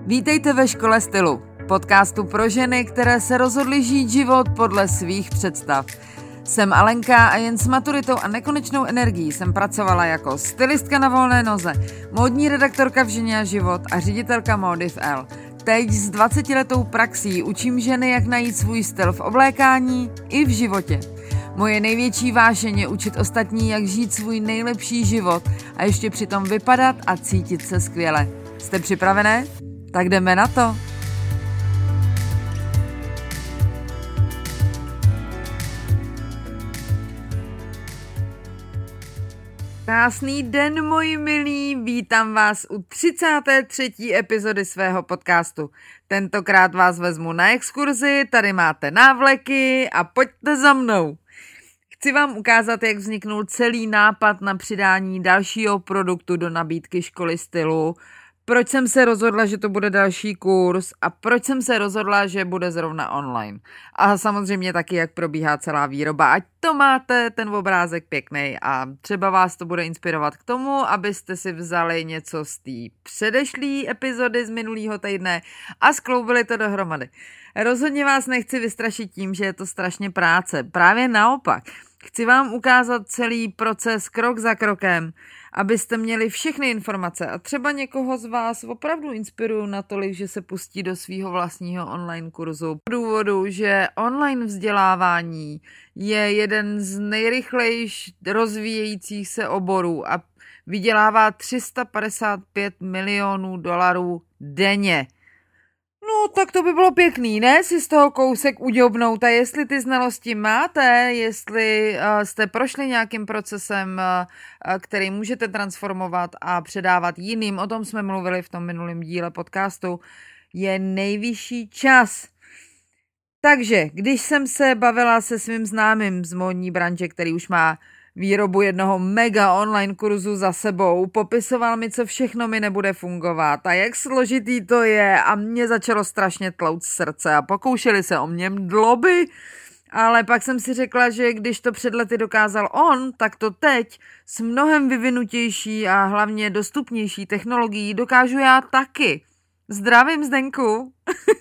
Vítejte ve Škole stylu, podcastu pro ženy, které se rozhodly žít život podle svých představ. Jsem Alenka a jen s maturitou a nekonečnou energií jsem pracovala jako stylistka na volné noze, módní redaktorka v Ženě a život a ředitelka módy v Elle. Teď s 20letou praxí učím ženy, jak najít svůj styl v oblékání i v životě. Moje největší vášeň je učit ostatní, jak žít svůj nejlepší život a ještě přitom vypadat a cítit se skvěle. Jste připravené? Tak jdeme na to. Krásný den, moji milí, vítám vás u 33. epizody svého podcastu. Tentokrát vás vezmu na exkurzi, tady máte návleky a pojďte za mnou. Chci vám ukázat, jak vzniknul celý nápad na přidání dalšího produktu do nabídky Školy stylu, proč jsem se rozhodla, že to bude další kurz a proč jsem se rozhodla, že bude zrovna online. A samozřejmě taky, jak probíhá celá výroba. Ať to máte ten obrázek pěkný a třeba vás to bude inspirovat k tomu, abyste si vzali něco z té předešlé epizody z minulého týdne a skloubili to dohromady. Rozhodně vás nechci vystrašit tím, že je to strašně práce. Právě naopak. Chci vám ukázat celý proces krok za krokem, abyste měli všechny informace a třeba někoho z vás opravdu inspiruju natolik, že se pustí do svého vlastního online kurzu. Z důvodu, že online vzdělávání je jeden z nejrychlejší rozvíjejících se oborů a vydělává 355 milionů dolarů denně. No, tak to by bylo pěkný, ne? Si z toho kousek uděobnout a jestli ty znalosti máte, jestli jste prošli nějakým procesem, který můžete transformovat a předávat jiným, o tom jsme mluvili v tom minulém díle podcastu, je nejvyšší čas. Takže, když jsem se bavila se svým známým z módní branže, který už má výrobu jednoho mega online kurzu za sebou, popisoval mi, co všechno mi nebude fungovat a jak složitý to je a mě začalo strašně tlout srdce a pokoušeli se o mě mdloby, ale pak jsem si řekla, že když to před lety dokázal on, tak to teď s mnohem vyvinutější a hlavně dostupnější technologií dokážu já taky. Zdravím, Zdenku.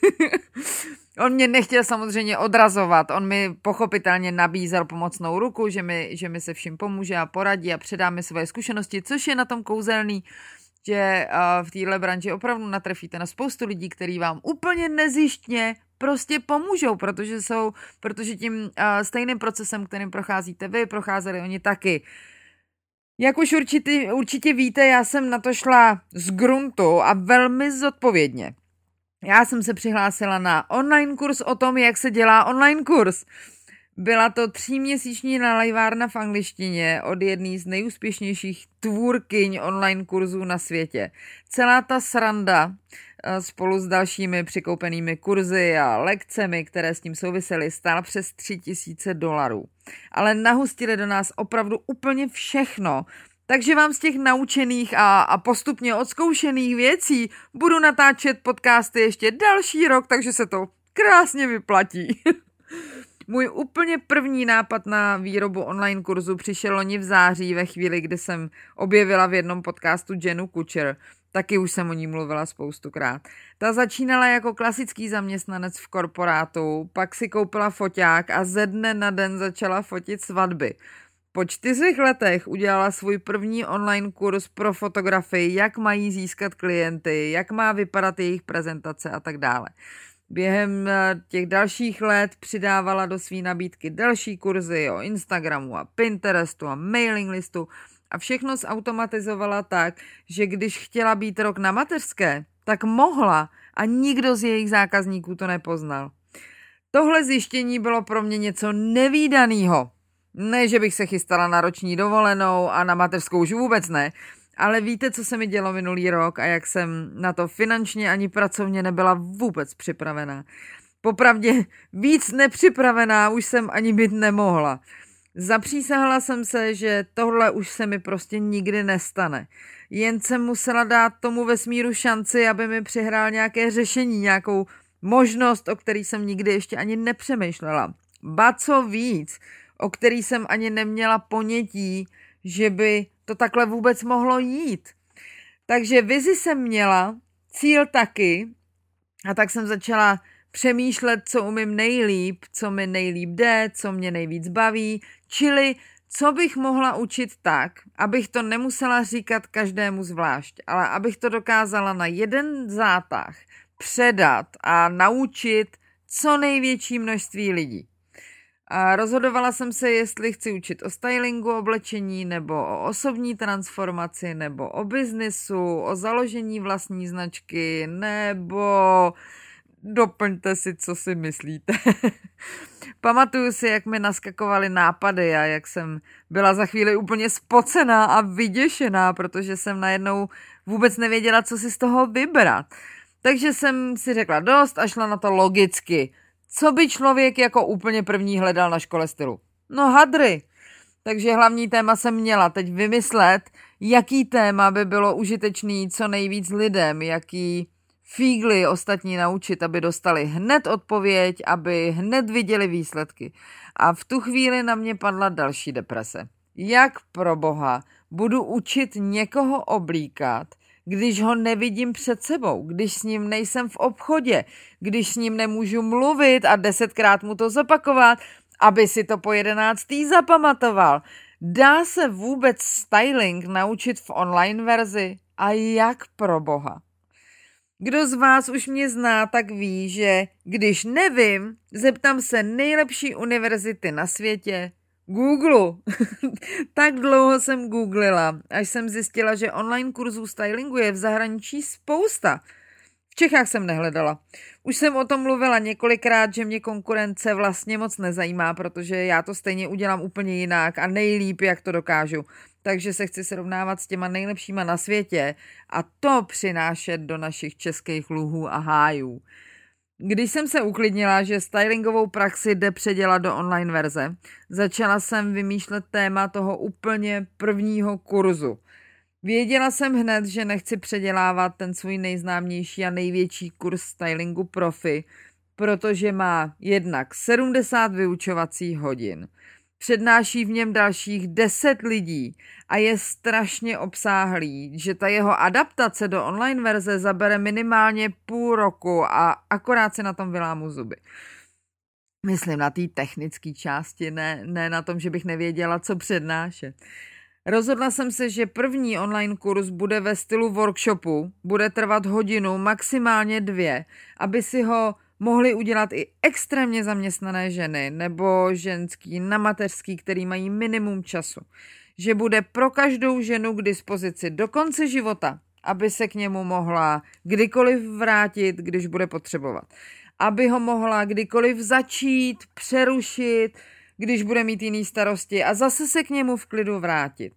On mě nechtěl samozřejmě odrazovat, on mi pochopitelně nabízel pomocnou ruku, že mi se vším pomůže a poradí a předá mi svoje zkušenosti, což je na tom kouzelný, že v téhle branži opravdu natrefíte na spoustu lidí, kteří vám úplně nezištně prostě pomůžou, protože tím stejným procesem, kterým procházíte vy, procházeli oni taky. Jak už určitě víte, já jsem na to šla z gruntu a velmi zodpovědně. Já jsem se přihlásila na online kurz o tom, jak se dělá online kurz. Byla to 3měsíční nalejvárna v angličtině od jedné z nejúspěšnějších tvůrkyň online kurzů na světě. Celá ta sranda spolu s dalšími přikoupenými kurzy a lekcemi, které s tím souvisely, stála přes $3,000. Ale nahustili do nás opravdu úplně všechno. Takže vám z těch naučených a postupně odzkoušených věcí budu natáčet podcasty ještě další rok, takže se to krásně vyplatí. Můj úplně první nápad na výrobu online kurzu přišel loni v září ve chvíli, kdy jsem objevila v jednom podcastu Jenu Kutcher. Taky už jsem o ní mluvila spoustukrát. Ta začínala jako klasický zaměstnanec v korporátu, pak si koupila foťák a ze dne na den začala fotit svatby. Po 4 letech udělala svůj první online kurz pro fotografii, jak mají získat klienty, jak má vypadat jejich prezentace a tak dále. Během těch dalších let přidávala do své nabídky další kurzy o Instagramu a Pinterestu a mailing listu a všechno zautomatizovala tak, že když chtěla být rok na mateřské, tak mohla a nikdo z jejich zákazníků to nepoznal. Tohle zjištění bylo pro mě něco nevídaného. Ne, že bych se chystala na roční dovolenou a na mateřskou už vůbec ne, ale víte, co se mi dělo minulý rok a jak jsem na to finančně ani pracovně nebyla vůbec připravená. Popravdě víc nepřipravená už jsem ani být nemohla. Zapřísahala jsem se, že tohle už se mi prostě nikdy nestane. Jen jsem musela dát tomu vesmíru šanci, aby mi přihrál nějaké řešení, nějakou možnost, o který jsem nikdy ještě ani nepřemýšlela. Ba co víc, o který jsem ani neměla ponětí, že by to takhle vůbec mohlo jít. Takže vizi jsem měla, cíl taky. A tak jsem začala přemýšlet, co umím nejlíp, co mi nejlíp jde, co mě nejvíc baví, čili co bych mohla učit tak, abych to nemusela říkat každému zvlášť, ale abych to dokázala na jeden zátah předat a naučit co největší množství lidí. A rozhodovala jsem se, jestli chci učit o stylingu, oblečení, nebo o osobní transformaci, nebo o biznisu, o založení vlastní značky, nebo doplňte si, co si myslíte. Pamatuju si, jak mi naskakovaly nápady a jak jsem byla za chvíli úplně spocená a vyděšená, protože jsem najednou vůbec nevěděla, co si z toho vybrat. Takže jsem si řekla dost a šla na to logicky. Co by člověk jako úplně první hledal na škole stylu? No hadry. Takže hlavní téma jsem měla teď vymyslet, jaký téma by bylo užitečný co nejvíc lidem, jaký fígly ostatní naučit, aby dostali hned odpověď, aby hned viděli výsledky. A v tu chvíli na mě padla další deprese. Jak pro boha budu učit někoho oblíkat, když ho nevidím před sebou, když s ním nejsem v obchodě, když s ním nemůžu mluvit a 10krát mu to zopakovat, aby si to po 11. zapamatoval. Dá se vůbec styling naučit v online verzi? A jak pro boha? Kdo z vás už mě zná, tak ví, že když nevím, zeptám se nejlepší univerzity na světě, Google. Tak dlouho jsem googlila, až jsem zjistila, že online kurzů stylingu je v zahraničí spousta. V Čechách jsem nehledala. Už jsem o tom mluvila několikrát, že mě konkurence vlastně moc nezajímá, protože já to stejně udělám úplně jinak a nejlíp, jak to dokážu. Takže se chci srovnávat s těma nejlepšíma na světě a to přinášet do našich českých luhů a hájů. Když jsem se uklidnila, že stylingovou praxi jde předělat do online verze, začala jsem vymýšlet téma toho úplně prvního kurzu. Věděla jsem hned, že nechci předělávat ten svůj nejznámější a největší kurz stylingu profi, protože má jednak 70 vyučovacích hodin. Přednáší v něm dalších 10 lidí a je strašně obsáhlý, že ta jeho adaptace do online verze zabere minimálně půl roku a akorát si na tom vylámu zuby. Myslím na té technické části, ne na tom, že bych nevěděla, co přednášet. Rozhodla jsem se, že první online kurz bude ve stylu workshopu, bude trvat hodinu, maximálně 2, aby si ho mohly udělat i extrémně zaměstnané ženy nebo ženský na mateřský, který mají minimum času. Že bude pro každou ženu k dispozici do konce života, aby se k němu mohla kdykoliv vrátit, když bude potřebovat. Aby ho mohla kdykoliv začít, přerušit, když bude mít jiný starosti a zase se k němu v klidu vrátit.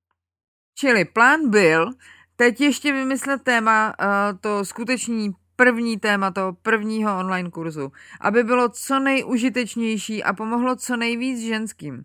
Čili plán byl teď ještě vymyslet téma, to skuteční první téma toho prvního online kurzu, aby bylo co nejužitečnější a pomohlo co nejvíc ženským.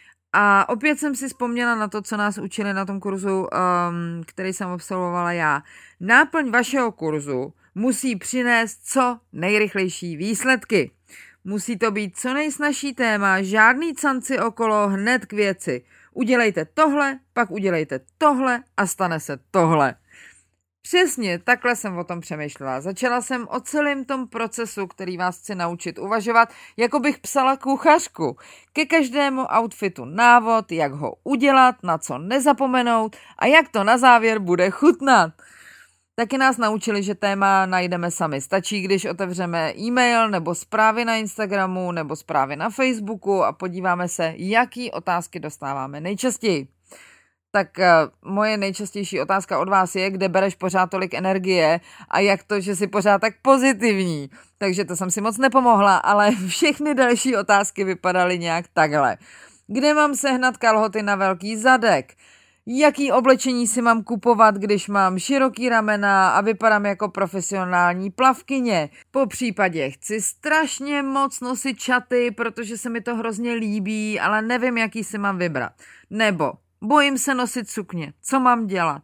A opět jsem si vzpomněla na to, co nás učili na tom kurzu, který jsem absolvovala já. Náplň vašeho kurzu musí přinést co nejrychlejší výsledky. Musí to být co nejsnažší téma, žádný canci okolo, hned k věci. Udělejte tohle, pak udělejte tohle a stane se tohle. Přesně takhle jsem o tom přemýšlela. Začala jsem o celém tom procesu, který vás chci naučit uvažovat, jako bych psala kuchařku. Ke každému outfitu návod, jak ho udělat, na co nezapomenout a jak to na závěr bude chutnat. Taky nás naučili, že téma najdeme sami. Stačí, když otevřeme e-mail nebo zprávy na Instagramu nebo zprávy na Facebooku a podíváme se, jaký otázky dostáváme nejčastěji. Tak moje nejčastější otázka od vás je, kde bereš pořád tolik energie a jak to, že jsi pořád tak pozitivní. Takže to jsem si moc nepomohla, ale všechny další otázky vypadaly nějak takhle. Kde mám sehnat kalhoty na velký zadek? Jaký oblečení si mám kupovat, když mám široký ramena a vypadám jako profesionální plavkyně? Po případě chci strašně moc nosit šaty, protože se mi to hrozně líbí, ale nevím, jaký si mám vybrat. Nebo bojím se nosit sukně, co mám dělat?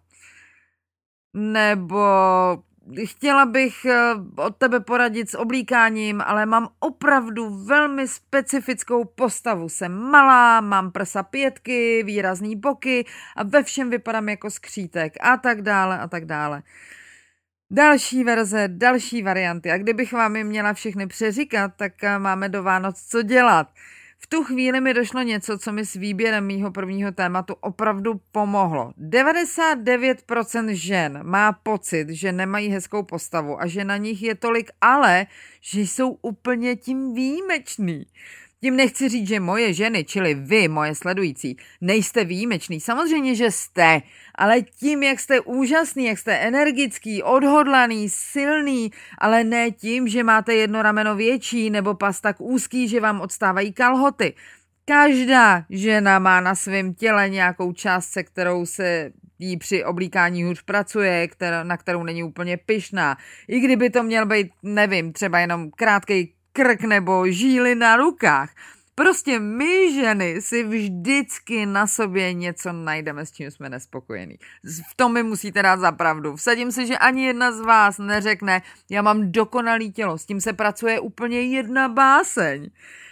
Nebo chtěla bych od tebe poradit s oblíkáním, ale mám opravdu velmi specifickou postavu. Jsem malá, mám prsa 5, výrazný boky a ve všem vypadám jako skřítek a tak dále a tak dále. další verze, další varianty. A kdybych vám je měla všechny přeříkat, tak máme do Vánoc co dělat. V tu chvíli mi došlo něco, co mi s výběrem mýho prvního tématu opravdu pomohlo. 99% žen má pocit, že nemají hezkou postavu a že na nich je tolik ale, že jsou úplně tím výjimeční. Tím nechci říct, že moje ženy, čili vy, moje sledující, nejste výjimečný. Samozřejmě, že jste, ale tím, jak jste úžasný, jak jste energický, odhodlaný, silný, ale ne tím, že máte jedno rameno větší nebo pas tak úzký, že vám odstávají kalhoty. Každá žena má na svém těle nějakou část, se kterou se jí při oblíkání hůř pracuje, na kterou není úplně pyšná. I kdyby to měl být, nevím, třeba jenom krátkej krk nebo žíly na rukách. Prostě my ženy si vždycky na sobě něco najdeme, s čím jsme nespokojení. V tom mi musíte dát za pravdu. Vsadím si, že ani jedna z vás neřekne, já mám dokonalý tělo, s tím se pracuje úplně jedna báseň.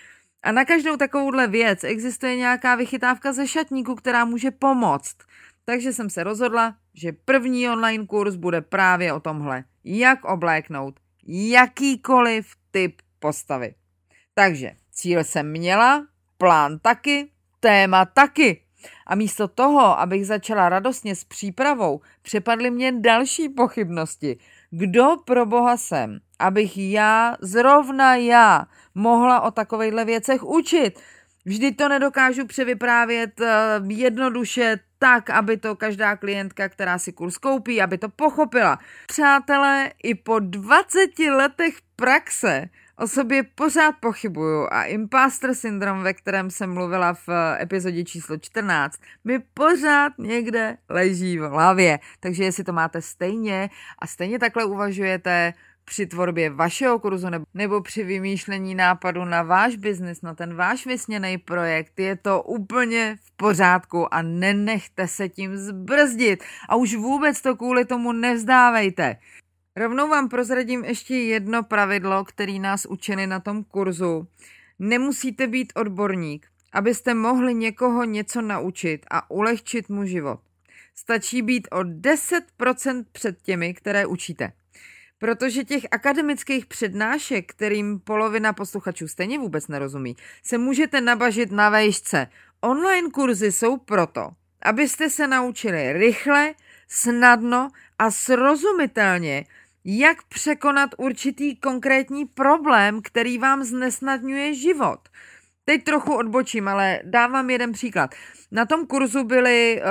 A na každou takovouhle věc existuje nějaká vychytávka ze šatníku, která může pomoct. Takže jsem se rozhodla, že první online kurz bude právě o tomhle. Jak obléknout jakýkoliv typ postavy. Takže cíl jsem měla, plán taky, téma taky. A místo toho, abych začala radostně s přípravou, přepadly mě další pochybnosti. Kdo pro boha jsem, abych zrovna já, mohla o takovejhle věcech učit? Vždyť to nedokážu převyprávět jednoduše tak, aby to každá klientka, která si kurz koupí, aby to pochopila. Přátelé, i po 20 letech praxe o sobě pořád pochybuju a imposter syndrom, ve kterém jsem mluvila v epizodě číslo 14, mi pořád někde leží v hlavě. Takže jestli to máte stejně a stejně takhle uvažujete při tvorbě vašeho kurzu nebo při vymýšlení nápadu na váš biznis, na ten váš vysněný projekt, je to úplně v pořádku a nenechte se tím zbrzdit a už vůbec to kvůli tomu nevzdávejte. Rovnou vám prozradím ještě jedno pravidlo, který nás učili na tom kurzu. Nemusíte být odborník, abyste mohli někoho něco naučit a ulehčit mu život. Stačí být o 10% před těmi, které učíte. Protože těch akademických přednášek, kterým polovina posluchačů stejně vůbec nerozumí, se můžete nabažit na vejšce. Online kurzy jsou proto, abyste se naučili rychle, snadno a srozumitelně, jak překonat určitý konkrétní problém, který vám znesnadňuje život. Teď trochu odbočím, ale dávám jeden příklad. Na tom kurzu byly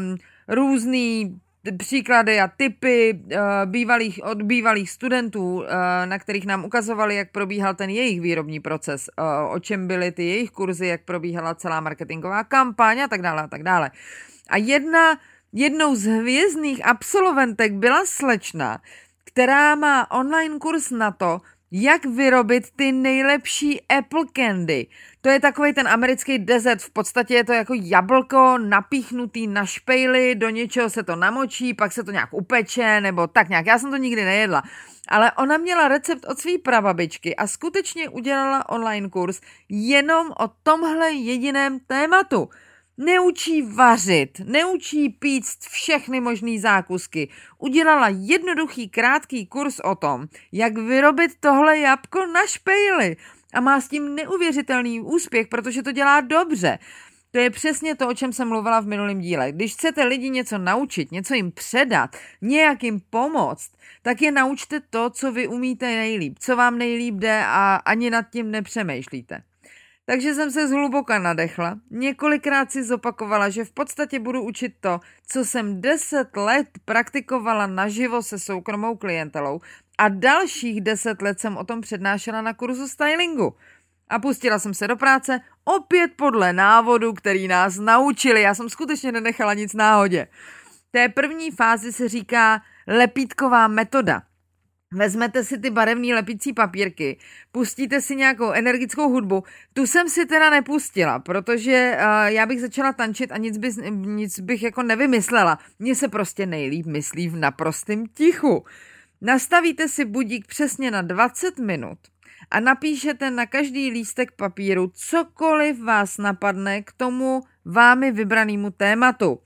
různý příklady a tipy od bývalých studentů, na kterých nám ukazovali, jak probíhal ten jejich výrobní proces, o čem byly ty jejich kurzy, jak probíhala celá marketingová kampaň a tak dále a tak dále. A jednou z hvězdných absolventek byla slečna, která má online kurz na to, jak vyrobit ty nejlepší apple candy. To je takový ten americký dezert, v podstatě je to jako jablko napíchnutý na špejli, do něčeho se to namočí, pak se to nějak upeče, nebo tak nějak. Já jsem to nikdy nejedla. Ale ona měla recept od své prababičky a skutečně udělala online kurz jenom o tomhle jediném tématu. Neučí vařit, neučí píct všechny možný zákusky. Udělala jednoduchý, krátký kurz o tom, jak vyrobit tohle jabko na špejli. A má s tím neuvěřitelný úspěch, protože to dělá dobře. To je přesně to, o čem jsem mluvila v minulém díle. Když chcete lidi něco naučit, něco jim předat, nějak jim pomoct, tak je naučte to, co vy umíte nejlíp, co vám nejlíp jde a ani nad tím nepřemýšlíte. Takže jsem se zhluboka nadechla, několikrát si zopakovala, že v podstatě budu učit to, co jsem 10 let praktikovala naživo se soukromou klientelou a dalších 10 let jsem o tom přednášela na kurzu stylingu. A pustila jsem se do práce opět podle návodu, který nás naučili. Já jsem skutečně nenechala nic náhodě. Té první fázi se říká lepítková metoda. Vezmete si ty barevný lepící papírky, pustíte si nějakou energickou hudbu. Tu jsem si teda nepustila, protože já bych začala tančit a nic bych jako nevymyslela. Mně se prostě nejlíp myslí v naprostém tichu. Nastavíte si budík přesně na 20 minut a napíšete na každý lístek papíru cokoliv vás napadne k tomu vámi vybranému tématu.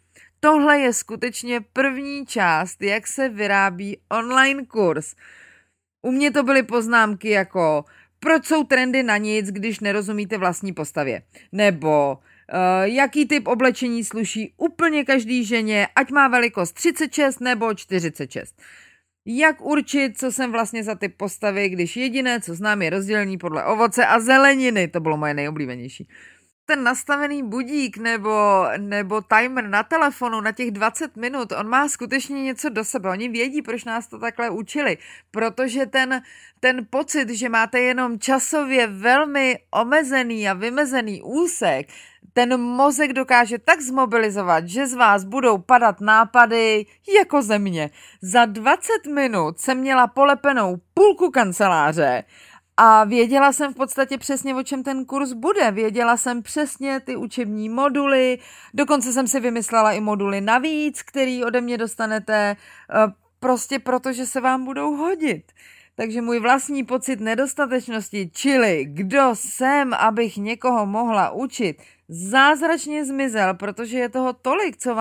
tohle je skutečně první část, jak se vyrábí online kurz. U mě to byly poznámky jako proč jsou trendy na nic, když nerozumíte vlastní postavě. Nebo jaký typ oblečení sluší úplně každý ženě, ať má velikost 36 nebo 46. Jak určit, co jsem vlastně za typ postavy, když jediné, co znám, je rozdělení podle ovoce a zeleniny. To bylo moje nejoblíbenější. Ten nastavený budík nebo timer na telefonu na těch 20 minut, on má skutečně něco do sebe. Oni vědí, proč nás to takhle učili. Protože ten pocit, že máte jenom časově velmi omezený a vymezený úsek, ten mozek dokáže tak zmobilizovat, že z vás budou padat nápady jako země. Za 20 minut jsem měla polepenou půlku kanceláře a věděla jsem v podstatě přesně, o čem ten kurz bude. Věděla jsem přesně ty učební moduly, dokonce jsem si vymyslela i moduly navíc, který ode mě dostanete, prostě protože se vám budou hodit. Takže můj vlastní pocit nedostatečnosti, čili kdo jsem, abych někoho mohla učit, zázračně zmizel, protože je toho tolik, co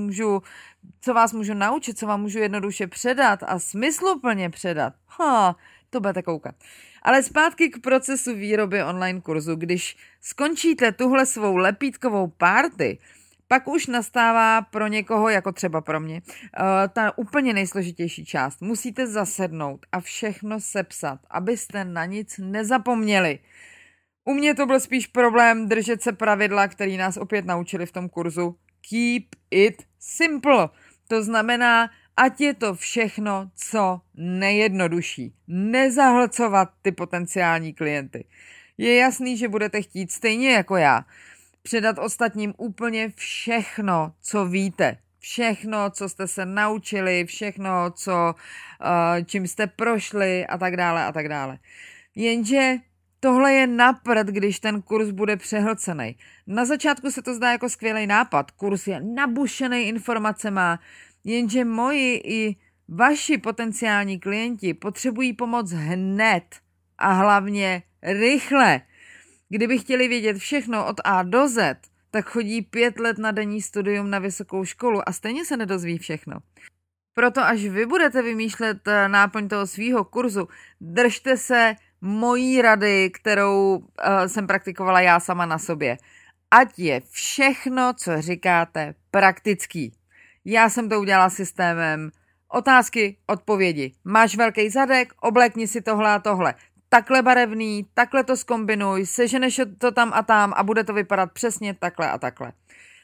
vás můžu naučit, co vám můžu jednoduše předat a smysluplně předat. To budete koukat. Ale zpátky k procesu výroby online kurzu. Když skončíte tuhle svou lepítkovou party, pak už nastává pro někoho, jako třeba pro mě, ta úplně nejsložitější část. Musíte zasednout a všechno sepsat, abyste na nic nezapomněli. U mě to byl spíš problém držet se pravidla, který nás opět naučili v tom kurzu. Keep it simple. To znamená, ať je to všechno, co nejjednodušší. Nezahlcovat ty potenciální klienty. Je jasný, že budete chtít stejně jako já předat ostatním úplně všechno, co víte. Všechno, co jste se naučili, všechno, čím jste prošli a tak dále a tak dále. Jenže tohle je na prd, když ten kurz bude přehlcený. Na začátku se to zdá jako skvělý nápad. Kurz je nabušený informacema, jenže moji i vaši potenciální klienti potřebují pomoc hned a hlavně rychle. Kdyby chtěli vědět všechno od A do Z, tak chodí 5 let na denní studium na vysokou školu a stejně se nedozví všechno. Proto až vy budete vymýšlet náplň toho svýho kurzu, držte se mojí rady, kterou jsem praktikovala já sama na sobě. Ať je všechno, co říkáte, praktický. Já jsem to udělala systémem otázky, odpovědi. Máš velký zadek, oblékni si tohle a tohle. Takhle barevný, takhle to zkombinuj, seženeš to tam a bude to vypadat přesně takhle a takhle.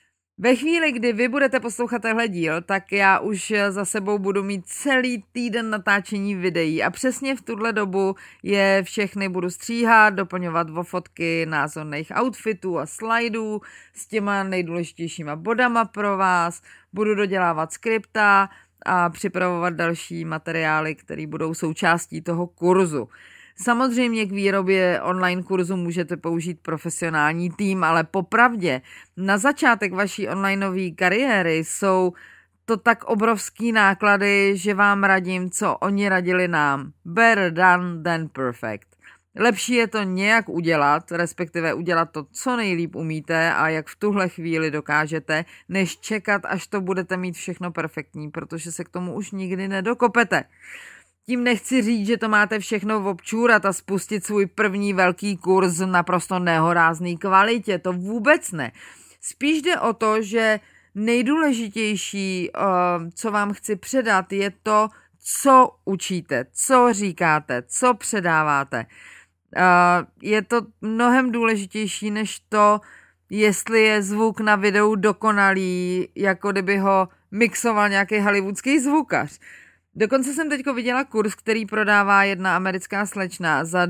Ve chvíli, kdy vy budete poslouchat tenhle díl, tak já už za sebou budu mít celý týden natáčení videí a přesně v tuhle dobu je všechny budu stříhat, doplňovat o fotky názorných outfitů a slajdů s těma nejdůležitějšíma bodama pro vás, budu dodělávat skripta a připravovat další materiály, které budou součástí toho kurzu. Samozřejmě k výrobě online kurzu můžete použít profesionální tým, ale popravdě na začátek vaší onlineové kariéry jsou to tak obrovský náklady, že vám radím, co oni radili nám. Better done than perfect. Lepší je to nějak udělat, respektive udělat to, co nejlíp umíte a jak v tuhle chvíli dokážete, než čekat, až to budete mít všechno perfektní, protože se k tomu už nikdy nedokopete. Tím nechci říct, že to máte všechno občůrat a spustit svůj první velký kurz v naprosto nehorázný kvalitě. To vůbec ne. Spíš jde o to, že nejdůležitější, co vám chci předat, je to, co učíte, co říkáte, co předáváte. Je to mnohem důležitější než to, jestli je zvuk na videu dokonalý, jako kdyby ho mixoval nějaký hollywoodský zvukař. Dokonce jsem teďko viděla kurz, který prodává jedna americká slečna za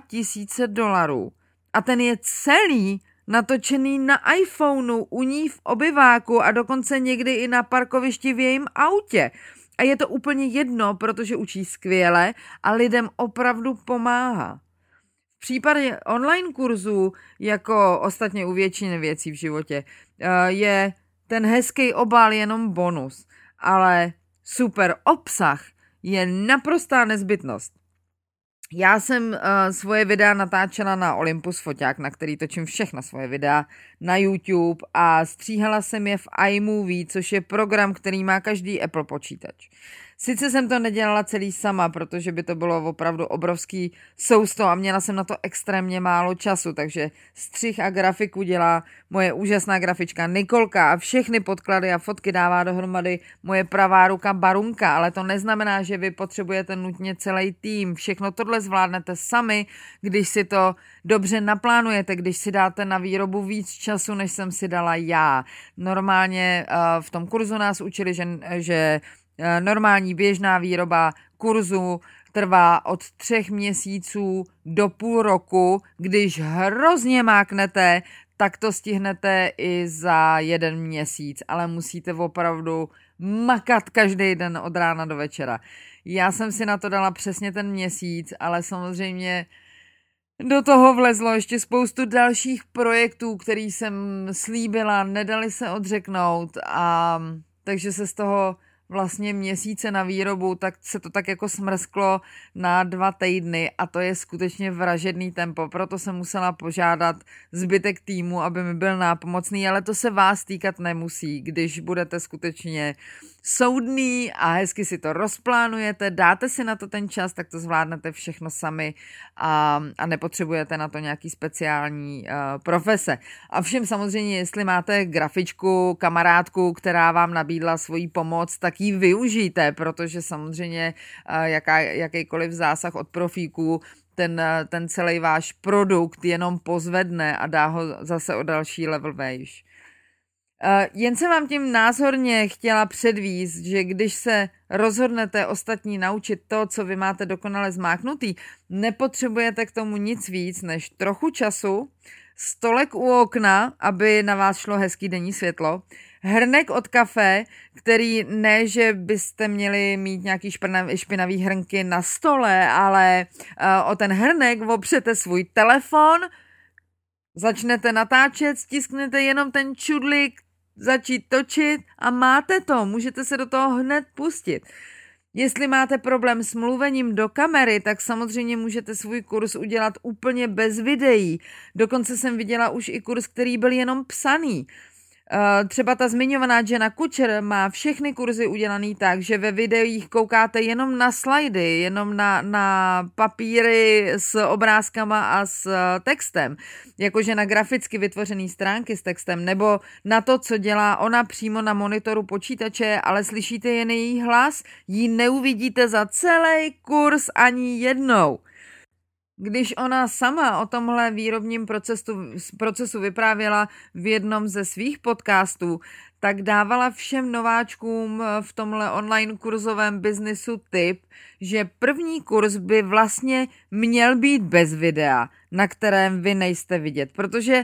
$2000 a ten je celý natočený na iPhoneu, u ní v obyváku a dokonce někdy i na parkovišti v jejím autě. A je to úplně jedno, protože učí skvěle a lidem opravdu pomáhá. V případě online kurzů, jako ostatně u většiny věcí v životě, je ten hezký obal jenom bonus, ale super obsah je naprostá nezbytnost. Já jsem svoje videa natáčela na Olympus Foťák, na který točím všechna svoje videa na YouTube a stříhala jsem je v iMovie, což je program, který má každý Apple počítač. Sice jsem to nedělala celý sama, protože by to bylo opravdu obrovský sousto a měla jsem na to extrémně málo času, takže střih a grafiku dělá moje úžasná grafička Nikolka a všechny podklady a fotky dává dohromady moje pravá ruka Barunka, ale to neznamená, že vy potřebujete nutně celý tým. Všechno tohle zvládnete sami, když si to dobře naplánujete, když si dáte na výrobu víc času, než jsem si dala já. Normálně v tom kurzu nás učili, že normální běžná výroba kurzu trvá od 3 měsíců do půl roku. Když hrozně máknete, tak to stihnete i za 1 měsíc, ale musíte opravdu makat každý den od rána do večera. Já jsem si na to dala přesně ten měsíc, ale samozřejmě do toho vlezlo ještě spoustu dalších projektů, který jsem slíbila, nedali se odřeknout a takže se z toho vlastně měsíce na výrobu, tak se to tak jako smrsklo na 2 týdny a to je skutečně vražedný tempo, proto jsem musela požádat zbytek týmu, aby mi byl nápomocný, ale to se vás týkat nemusí, když budete skutečně soudný a hezky si to rozplánujete, dáte si na to ten čas, tak to zvládnete všechno sami a nepotřebujete na to nějaký speciální profese. A všem samozřejmě, jestli máte grafičku, kamarádku, která vám nabídla svoji pomoc, tak ji využijte, protože samozřejmě jakýkoliv zásah od profíků ten celý váš produkt jenom pozvedne a dá ho zase o další level vejš. Jen jsem vám tím názorně chtěla předvíst, že když se rozhodnete ostatní naučit to, co vy máte dokonale zmáknutý, nepotřebujete k tomu nic víc než trochu času, stolek u okna, aby na vás šlo hezký denní světlo, hrnek od kafe, který ne, že byste měli mít nějaký špinavý hrnky na stole, ale o ten hrnek opřete svůj telefon, začnete natáčet, stisknete jenom ten čudlik, začít točit a máte to, můžete se do toho hned pustit. Jestli máte problém s mluvením do kamery, tak samozřejmě můžete svůj kurz udělat úplně bez videí. Dokonce jsem viděla už i kurz, který byl jenom psaný. Třeba ta zmiňovaná Jenna Kutcher má všechny kurzy udělaný tak, že ve videích koukáte jenom na slajdy, jenom na papíry s obrázkama a s textem, jakože na graficky vytvořený stránky s textem, nebo na to, co dělá ona přímo na monitoru počítače, ale slyšíte jen její hlas, ji neuvidíte za celý kurz ani jednou. Když ona sama o tomhle výrobním procesu vyprávěla v jednom ze svých podcastů, tak dávala všem nováčkům v tomhle online kurzovém biznisu tip, že první kurz by vlastně měl být bez videa, na kterém vy nejste vidět, protože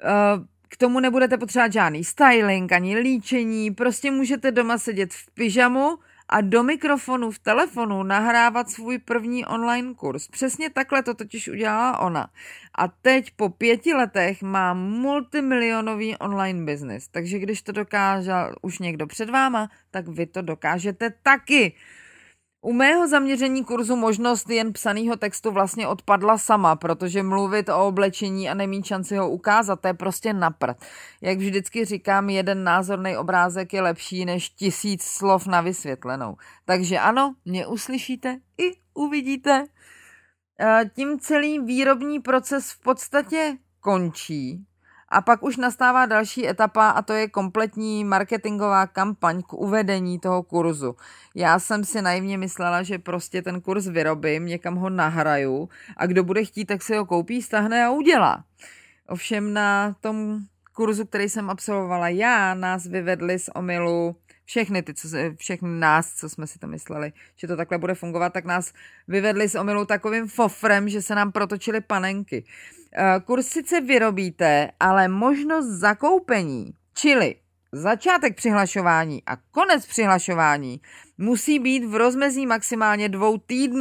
k tomu nebudete potřebovat žádný styling, ani líčení, prostě můžete doma sedět v pyžamu a do mikrofonu v telefonu nahrávat svůj první online kurz. Přesně takhle to totiž udělala ona. A teď po 5 letech má multimilionový online business. Takže když to dokáže už někdo před váma, tak vy to dokážete taky. U mého zaměření kurzu možnost jen psanýho textu vlastně odpadla sama, protože mluvit o oblečení a nemít šanci ho ukázat, to je prostě na prd. Jak vždycky říkám, jeden názorný obrázek je lepší než 1000 slov na vysvětlenou. Takže ano, mě uslyšíte i uvidíte. Tím celý výrobní proces v podstatě končí. A pak už nastává další etapa a to je kompletní marketingová kampaň k uvedení toho kurzu. Já jsem si naivně myslela, že prostě ten kurz vyrobím, někam ho nahraju a kdo bude chtít, tak si ho koupí, stáhne a udělá. Ovšem na kurzu, který jsem absolvovala já, nás vyvedli z omylu všechny nás, co jsme si to mysleli, že to takhle bude fungovat, tak nás vyvedli z omylu takovým fofrem, že se nám protočily panenky. Kurz sice vyrobíte, ale možnost zakoupení, čili začátek přihlašování a konec přihlašování musí být v rozmezí maximálně 2 týdnů.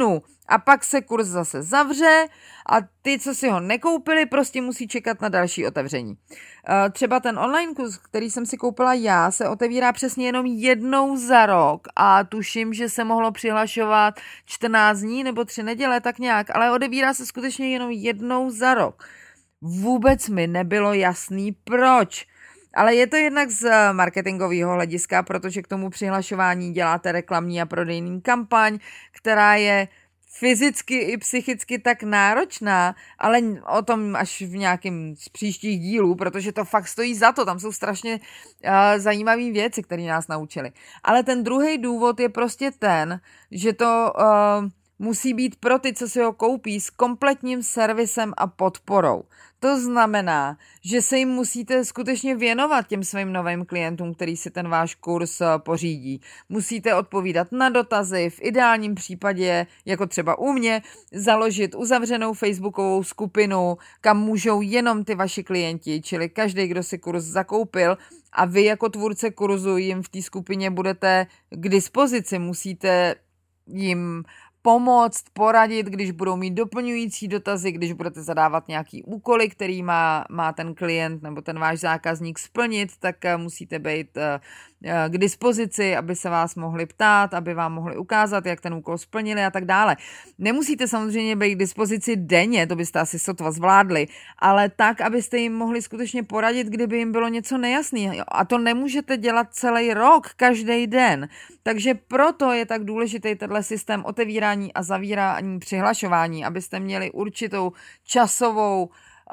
a pak se kurz zase zavře a ty, co si ho nekoupili, prostě musí čekat na další otevření. Třeba ten online kurz, který jsem si koupila já, se otevírá přesně jenom jednou za rok a tuším, že se mohlo přihlašovat 14 dní nebo 3 neděle, tak nějak, ale odevírá se skutečně jenom jednou za rok. Vůbec mi nebylo jasný proč. Ale je to jednak z marketingového hlediska, protože k tomu přihlašování děláte reklamní a prodejní kampaň, která je fyzicky i psychicky tak náročná, ale o tom až v nějakém z příštích dílů, protože to fakt stojí za to, tam jsou strašně zajímavé věci, které nás naučili. Ale ten druhý důvod je prostě ten, že to musí být pro ty, co si ho koupí, s kompletním servisem a podporou. To znamená, že se jim musíte skutečně věnovat těm svým novým klientům, který si ten váš kurz pořídí. Musíte odpovídat na dotazy, v ideálním případě, jako třeba u mě, založit uzavřenou facebookovou skupinu, kam můžou jenom ty vaši klienti, čili každý, kdo si kurz zakoupil a vy jako tvůrce kurzu jim v té skupině budete k dispozici, musíte jim pomoct, poradit, když budou mít doplňující dotazy, když budete zadávat nějaký úkoly, který má ten klient nebo ten váš zákazník splnit, tak musíte být k dispozici, aby se vás mohli ptát, aby vám mohli ukázat, jak ten úkol splnili a tak dále. Nemusíte samozřejmě být k dispozici denně, to byste asi sotva zvládli, ale tak, abyste jim mohli skutečně poradit, kdyby jim bylo něco nejasné. A to nemůžete dělat celý rok, každý den. Takže proto je tak důležitý tenhle systém otevírání a zavírání přihlašování, abyste měli určitou časovou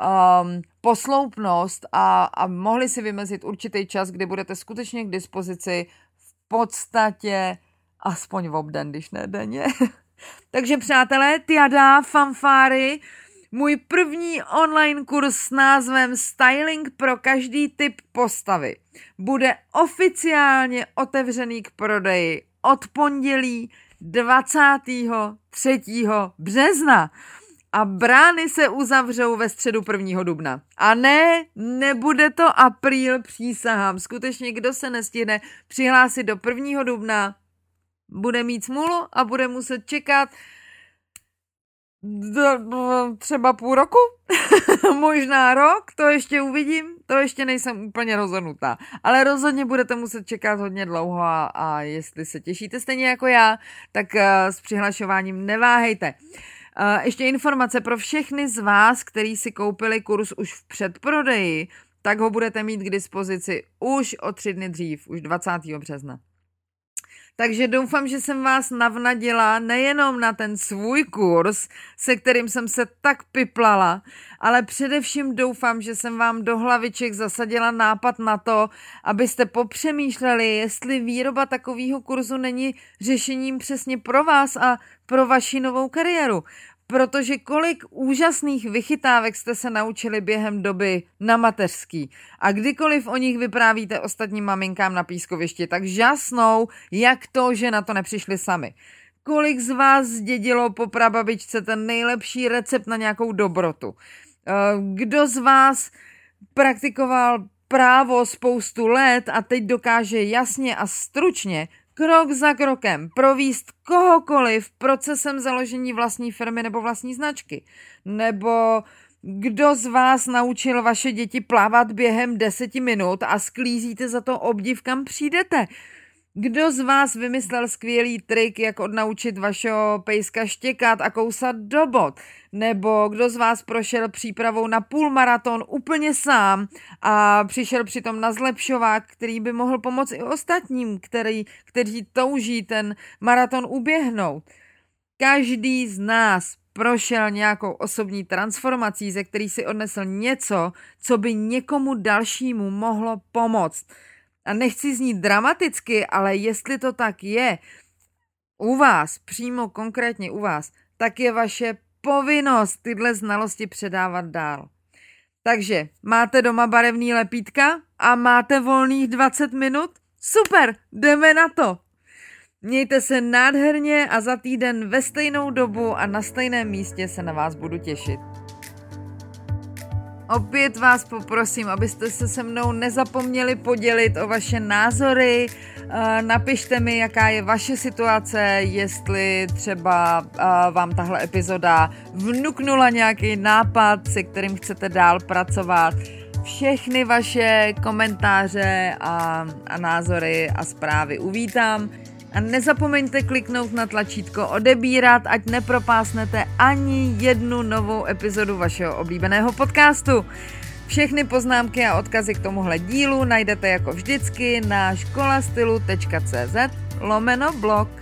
posloupnost a mohli si vymezit určitý čas, kdy budete skutečně k dispozici v podstatě aspoň v obden, když ne denně. Takže přátelé, tiada, fanfáry, můj první online kurz s názvem Styling pro každý typ postavy bude oficiálně otevřený k prodeji od pondělí 23. března. A brány se uzavřou ve středu 1. dubna. A ne, nebude to apríl, přísahám. Skutečně, kdo se nestihne přihlásit do 1. dubna, bude mít smůlu a bude muset čekat třeba půl roku, možná rok, to ještě uvidím, to ještě nejsem úplně rozhodnutá. Ale rozhodně budete muset čekat hodně dlouho a jestli se těšíte stejně jako já, tak s přihlašováním neváhejte. Ještě informace pro všechny z vás, kteří si koupili kurz už v předprodeji, tak ho budete mít k dispozici už o 3 dny dřív, už 20. března. Takže doufám, že jsem vás navnadila nejenom na ten svůj kurz, se kterým jsem se tak piplala, ale především doufám, že jsem vám do hlaviček zasadila nápad na to, abyste popřemýšleli, jestli výroba takového kurzu není řešením přesně pro vás a pro vaši novou kariéru. Protože kolik úžasných vychytávek jste se naučili během doby na mateřský a kdykoliv o nich vyprávíte ostatním maminkám na pískovišti, tak žasnou, jak to, že na to nepřišli sami. Kolik z vás zdědilo po prababičce ten nejlepší recept na nějakou dobrotu? Kdo z vás praktikoval právo spoustu let a teď dokáže jasně a stručně krok za krokem provést kohokoliv procesem založení vlastní firmy nebo vlastní značky? Nebo kdo z vás naučil vaše děti plavat během 10 minut a sklízíte za to obdiv, kam přijdete? Kdo z vás vymyslel skvělý trik, jak odnaučit vašeho pejska štěkat a kousat do bot? Nebo kdo z vás prošel přípravou na půlmaraton úplně sám a přišel přitom na zlepšovák, který by mohl pomoct i ostatním, kteří touží ten maraton uběhnout? Každý z nás prošel nějakou osobní transformací, ze který si odnesl něco, co by někomu dalšímu mohlo pomoct. A nechci znít dramaticky, ale jestli to tak je u vás, přímo konkrétně u vás, tak je vaše povinnost tyhle znalosti předávat dál. Takže máte doma barevný lepítka a máte volných 20 minut? Super, jdeme na to! Mějte se nádherně a za týden ve stejnou dobu a na stejném místě se na vás budu těšit. Opět vás poprosím, abyste se se mnou nezapomněli podělit o vaše názory. Napište mi, jaká je vaše situace, jestli třeba vám tahle epizoda vnuknula nějaký nápad, se kterým chcete dál pracovat. Všechny vaše komentáře a názory a zprávy uvítám. A nezapomeňte kliknout na tlačítko odebírat, ať nepropásnete ani jednu novou epizodu vašeho oblíbeného podcastu. Všechny poznámky a odkazy k tomuhle dílu najdete jako vždycky na školastylu.cz/blog.